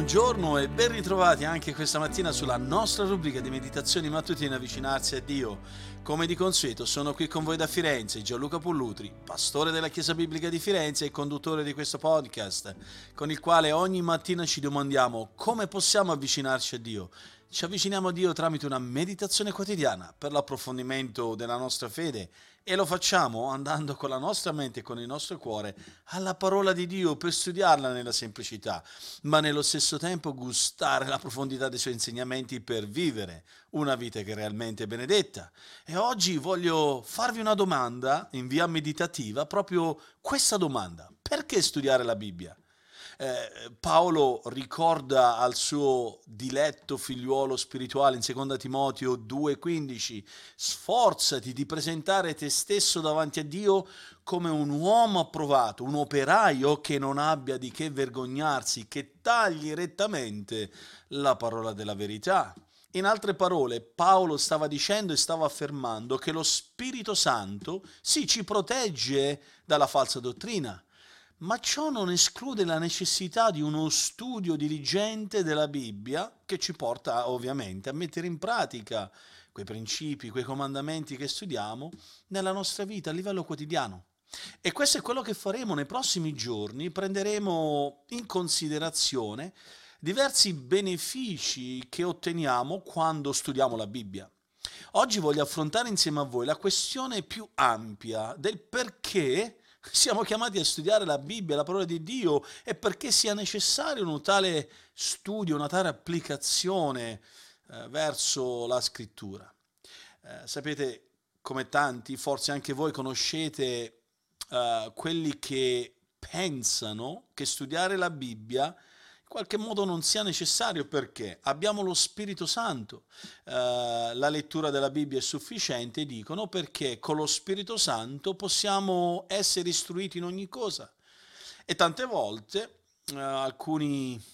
Buongiorno e ben ritrovati anche questa mattina sulla nostra rubrica di meditazioni mattutine avvicinarsi a Dio. Come di consueto sono qui con voi da Firenze, Gianluca Pollutri, pastore della Chiesa Biblica di Firenze e conduttore di questo podcast, con il quale ogni mattina ci domandiamo come possiamo avvicinarci a Dio. Ci avviciniamo a Dio tramite una meditazione quotidiana per l'approfondimento della nostra fede e lo facciamo andando con la nostra mente e con il nostro cuore alla parola di Dio per studiarla nella semplicità, ma nello stesso tempo gustare la profondità dei suoi insegnamenti per vivere una vita che è realmente benedetta. E oggi voglio farvi una domanda in via meditativa, proprio questa domanda: perché studiare la Bibbia? Paolo ricorda al suo diletto figliuolo spirituale in 2 Timoteo 2,15: sforzati di presentare te stesso davanti a Dio come un uomo approvato, un operaio che non abbia di che vergognarsi, che tagli rettamente la parola della verità. In altre parole, Paolo stava dicendo e stava affermando che lo Spirito Santo sì, ci protegge dalla falsa dottrina, ma ciò non esclude la necessità di uno studio diligente della Bibbia che ci porta ovviamente a mettere in pratica quei principi, quei comandamenti che studiamo nella nostra vita a livello quotidiano. E questo è quello che faremo nei prossimi giorni. Prenderemo in considerazione diversi benefici che otteniamo quando studiamo la Bibbia. Oggi voglio affrontare insieme a voi la questione più ampia del perché siamo chiamati a studiare la Bibbia, la parola di Dio, e perché sia necessario un tale studio, una tale applicazione verso la scrittura. Sapete, come tanti, forse anche voi conoscete quelli che pensano che studiare la Bibbia in qualche modo non sia necessario perché abbiamo lo Spirito Santo. La lettura della Bibbia è sufficiente, dicono, perché con lo Spirito Santo possiamo essere istruiti in ogni cosa. E tante volte alcuni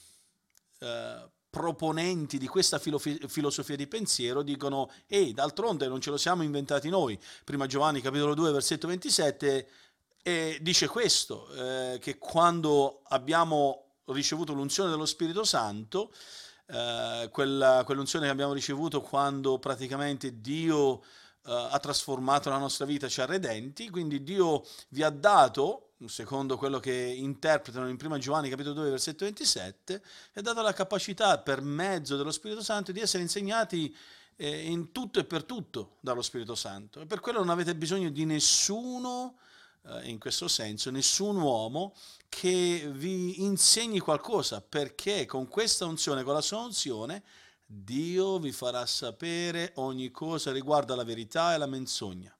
proponenti di questa filosofia di pensiero dicono: ehi, d'altronde non ce lo siamo inventati noi. Prima Giovanni capitolo 2 versetto 27 dice questo, che quando abbiamo ricevuto l'unzione dello Spirito Santo, quell'unzione che abbiamo ricevuto quando praticamente Dio ha trasformato la nostra vita, ci ha redenti, quindi Dio vi ha dato, secondo quello che interpretano in 1 Giovanni capitolo 2 versetto 27, vi ha dato la capacità per mezzo dello Spirito Santo di essere insegnati in tutto e per tutto dallo Spirito Santo, e per quello non avete bisogno di nessuno, in questo senso, nessun uomo che vi insegni qualcosa, perché con questa unzione, con la sua unzione, Dio vi farà sapere ogni cosa riguardo alla verità e alla menzogna.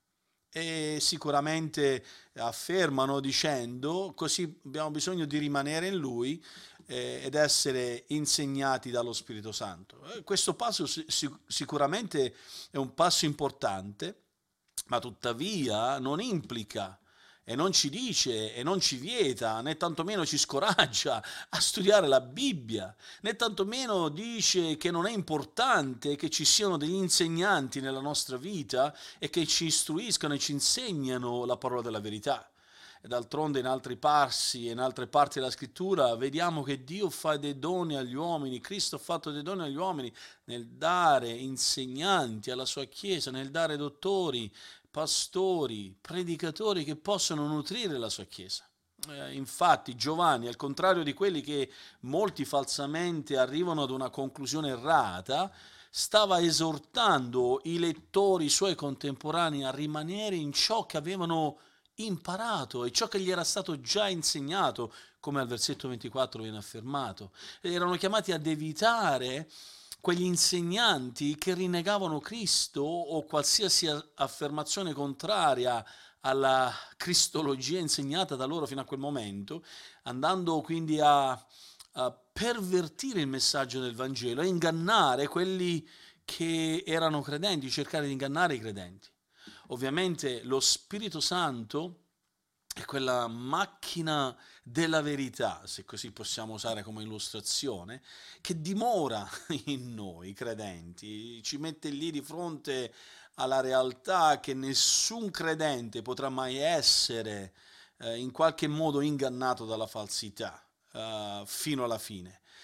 E sicuramente affermano dicendo: così abbiamo bisogno di rimanere in Lui ed essere insegnati dallo Spirito Santo. Questo passo sicuramente è un passo importante, ma tuttavia non implica e non ci dice e non ci vieta, né tantomeno ci scoraggia a studiare la Bibbia, né tantomeno dice che non è importante che ci siano degli insegnanti nella nostra vita e che ci istruiscano e ci insegnano la parola della verità. E d'altronde in altri passi e in altre parti della scrittura vediamo che Dio fa dei doni agli uomini, Cristo ha fatto dei doni agli uomini nel dare insegnanti alla sua Chiesa, nel dare dottori, pastori, predicatori che possono nutrire la sua Chiesa. Infatti Giovanni, al contrario di quelli che molti falsamente arrivano ad una conclusione errata, stava esortando i lettori, i suoi contemporanei, a rimanere in ciò che avevano imparato e ciò che gli era stato già insegnato, come al versetto 24 viene affermato. Erano chiamati ad evitare quegli insegnanti che rinnegavano Cristo o qualsiasi affermazione contraria alla cristologia insegnata da loro fino a quel momento, andando quindi a pervertire il messaggio del Vangelo e ingannare quelli che erano credenti, cercare di ingannare i credenti. Ovviamente lo Spirito Santo è quella macchina della verità, se così possiamo usare come illustrazione, che dimora in noi credenti, ci mette lì di fronte alla realtà che nessun credente potrà mai essere in qualche modo ingannato dalla falsità fino alla fine.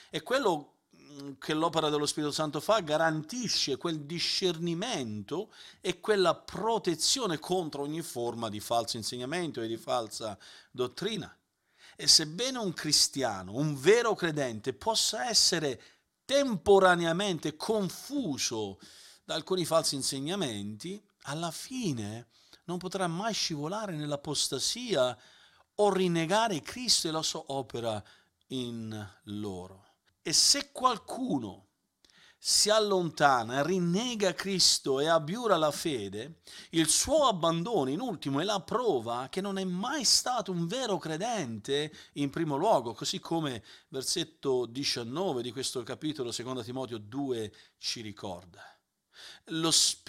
E quello che l'opera dello Spirito Santo fa garantisce quel discernimento e quella protezione contro ogni forma di falso insegnamento e di falsa dottrina. E sebbene un cristiano, un vero credente, possa essere temporaneamente confuso da alcuni falsi insegnamenti, alla fine non potrà mai scivolare nell'apostasia o rinnegare Cristo e la sua opera in loro. E se qualcuno si allontana, rinnega Cristo e abiura la fede, il suo abbandono in ultimo è la prova che non è mai stato un vero credente in primo luogo, così come versetto 19 di questo capitolo 2 Timoteo 2 ci ricorda. Lo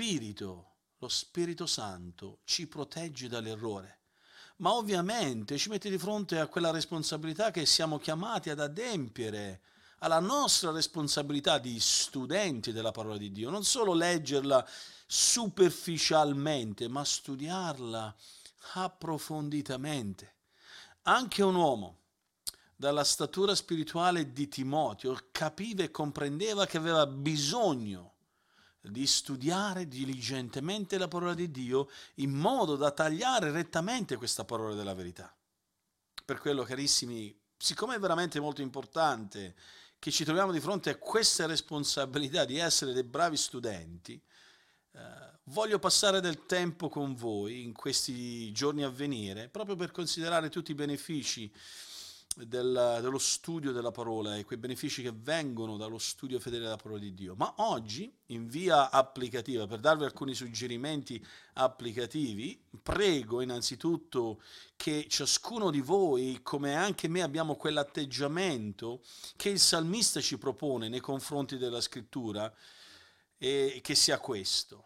Spirito Santo ci protegge dall'errore, ma ovviamente ci mette di fronte a quella responsabilità che siamo chiamati ad adempiere, alla nostra responsabilità di studenti della parola di Dio, non solo leggerla superficialmente, ma studiarla approfonditamente. Anche un uomo dalla statura spirituale di Timoteo capiva e comprendeva che aveva bisogno di studiare diligentemente la parola di Dio in modo da tagliare rettamente questa parola della verità. Per quello, carissimi, siccome è veramente molto importante che ci troviamo di fronte a questa responsabilità di essere dei bravi studenti, voglio passare del tempo con voi in questi giorni a venire proprio per considerare tutti i benefici dello studio della parola e quei benefici che vengono dallo studio fedele della parola di Dio. Ma oggi, in via applicativa, per darvi alcuni suggerimenti applicativi, prego innanzitutto che ciascuno di voi, come anche me, abbiamo quell'atteggiamento che il salmista ci propone nei confronti della scrittura, e che sia questo: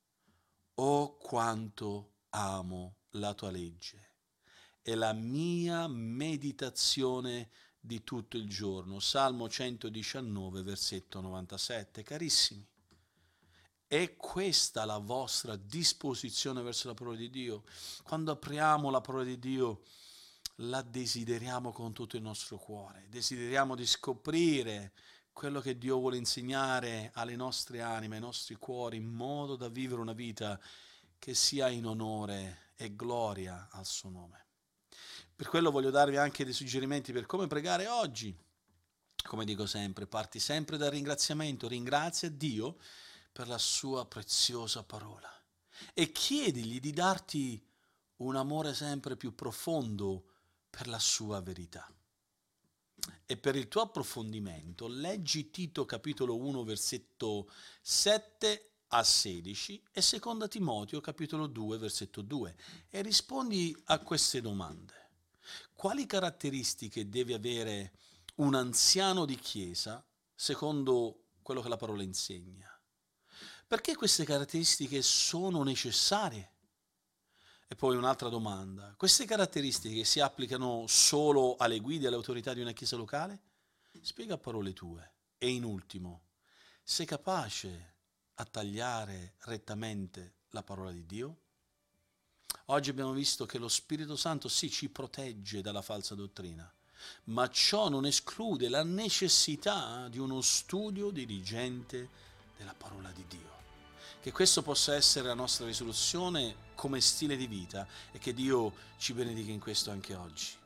oh quanto amo la tua legge, è la mia meditazione di tutto il giorno. Salmo 119, versetto 97. Carissimi, è questa la vostra disposizione verso la parola di Dio? Quando apriamo la parola di Dio, la desideriamo con tutto il nostro cuore, desideriamo di scoprire quello che Dio vuole insegnare alle nostre anime, ai nostri cuori, in modo da vivere una vita che sia in onore e gloria al suo nome. Per quello voglio darvi anche dei suggerimenti per come pregare oggi. Come dico sempre, parti sempre dal ringraziamento, ringrazia Dio per la sua preziosa parola e chiedigli di darti un amore sempre più profondo per la sua verità. E per il tuo approfondimento leggi Tito capitolo 1 versetto 7 a 16 e 2 Timoteo capitolo 2 versetto 2 e rispondi a queste domande. Quali caratteristiche deve avere un anziano di chiesa secondo quello che la parola insegna? Perché queste caratteristiche sono necessarie? E poi un'altra domanda: queste caratteristiche si applicano solo alle guide e alle autorità di una chiesa locale? Spiega a parole tue. E in ultimo, sei capace a tagliare rettamente la parola di Dio? Oggi abbiamo visto che lo Spirito Santo sì ci protegge dalla falsa dottrina, ma ciò non esclude la necessità di uno studio diligente della parola di Dio. Che questo possa essere la nostra risoluzione come stile di vita e che Dio ci benedica in questo anche oggi.